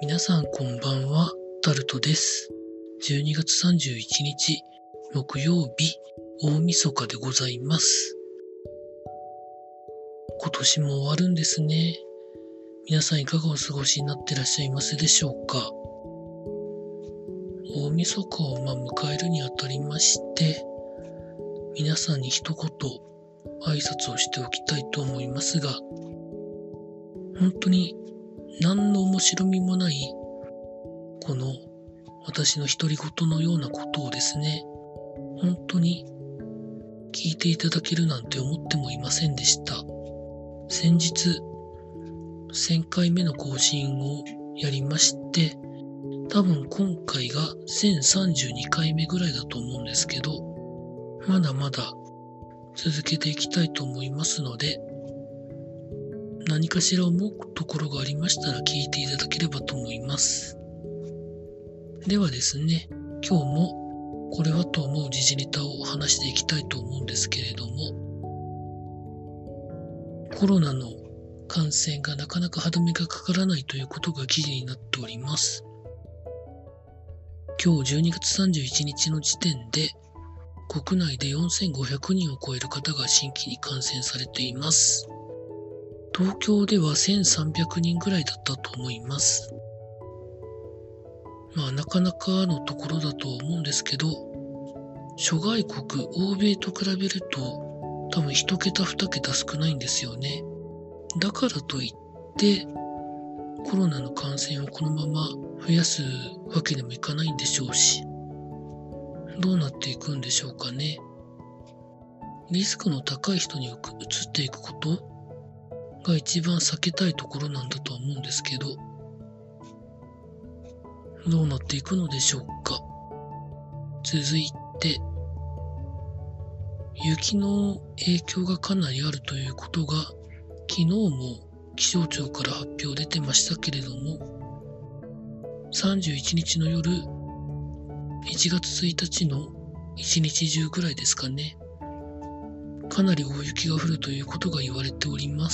皆さんこんばんは、タルトです。12月31日、木曜日、大晦日でございます。今年も終わるんですね。皆さんいかがお過ごしになってらっしゃいますでしょうか。大晦日を迎えるにあたりまして、皆さんに一言挨拶をしておきたいと思いますが、本当に何の面白みもないこの私の独り言のようなことをですね、本当に聞いていただけるなんて思ってもいませんでした。先日1000回目の更新をやりまして、多分今回が1032回目ぐらいだと思うんですけど、まだまだ続けていきたいと思いますので、何かしら思うところがありましたら聞いていただければと思います。ではですね、今日もこれはと思う時事ネタを話していきたいと思うんですけれども、コロナの感染がなかなか歯止めがかからないということが記事になっております。今日12月31日の時点で国内で4500人を超える方が新規に感染されています。東京では1300人ぐらいだったと思います。なかなかのところだと思うんですけど、諸外国、欧米と比べると多分1桁2桁少ないんですよね。だからといってコロナの感染をこのまま増やすわけにもいかないんでしょうし、どうなっていくんでしょうかね。リスクの高い人に移っていくことが一番避けたいところなんだとは思うんですけど、どうなっていくのでしょうか。続いて、雪の影響がかなりあるということが昨日も気象庁から発表出てましたけれども、31日の夜、1月1日の1日中ぐらいですかね、かなり大雪が降るということが言われております。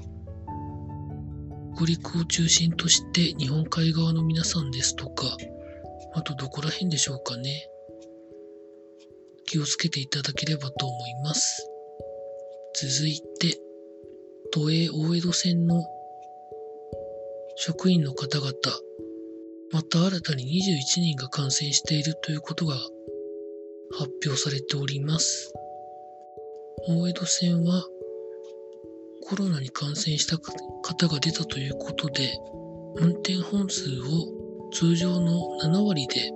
北陸を中心として日本海側の皆さんですとか、あとどこら辺でしょうかね、気をつけていただければと思います。続いて、都営大江戸線の職員の方々、また新たに21人が感染しているということが発表されております。大江戸線はコロナに感染した方が出たということで、運転本数を通常の7割で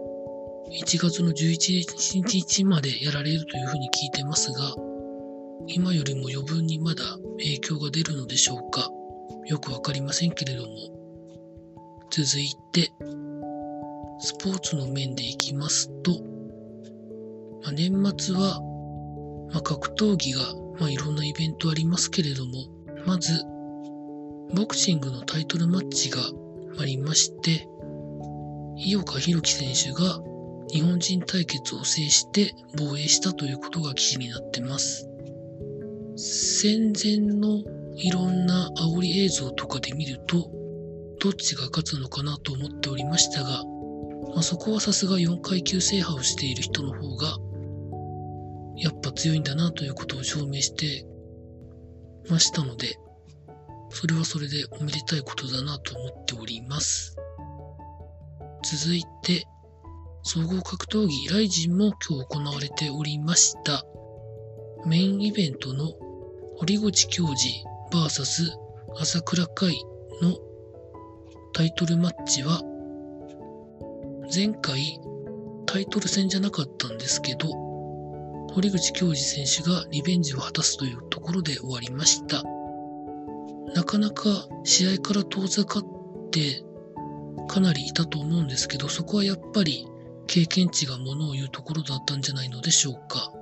1月の11日までやられるというふうに聞いてますが、今よりも余分にまだ影響が出るのでしょうか。よくわかりませんけれども。続いて、スポーツの面でいきますと、年末は、格闘技がいろんなイベントありますけれども、まずボクシングのタイトルマッチがありまして、井岡弘樹選手が日本人対決を制して防衛したということが記事になってます。戦前のいろんな煽り映像とかで見ると、どっちが勝つのかなと思っておりましたが、そこはさすが4階級制覇をしている人の方がやっぱ強いんだなということを証明してましたので、それはそれでおめでたいことだなと思っております。続いて、総合格闘技ライジンも今日行われておりました。メインイベントの堀口恭司 VS 朝倉海のタイトルマッチは、前回タイトル戦じゃなかったんですけど、堀口恭司選手がリベンジを果たすというところで終わりました。なかなか試合から遠ざかってかなりいたと思うんですけど、そこはやっぱり経験値がものを言うところだったんじゃないのでしょうか。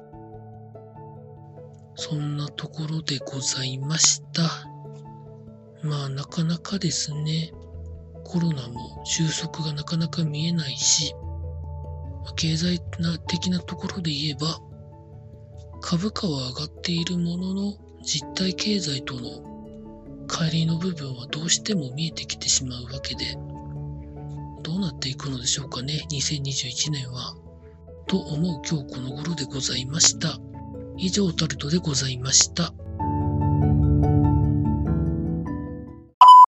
そんなところでございました。なかなかですね、コロナも収束がなかなか見えないし、経済的なところで言えば、株価は上がっているものの、実体経済との乖離の部分はどうしても見えてきてしまうわけで、 どうなっていくのでしょうかね、2021年は。と思う今日この頃でございました。以上タルトでございました。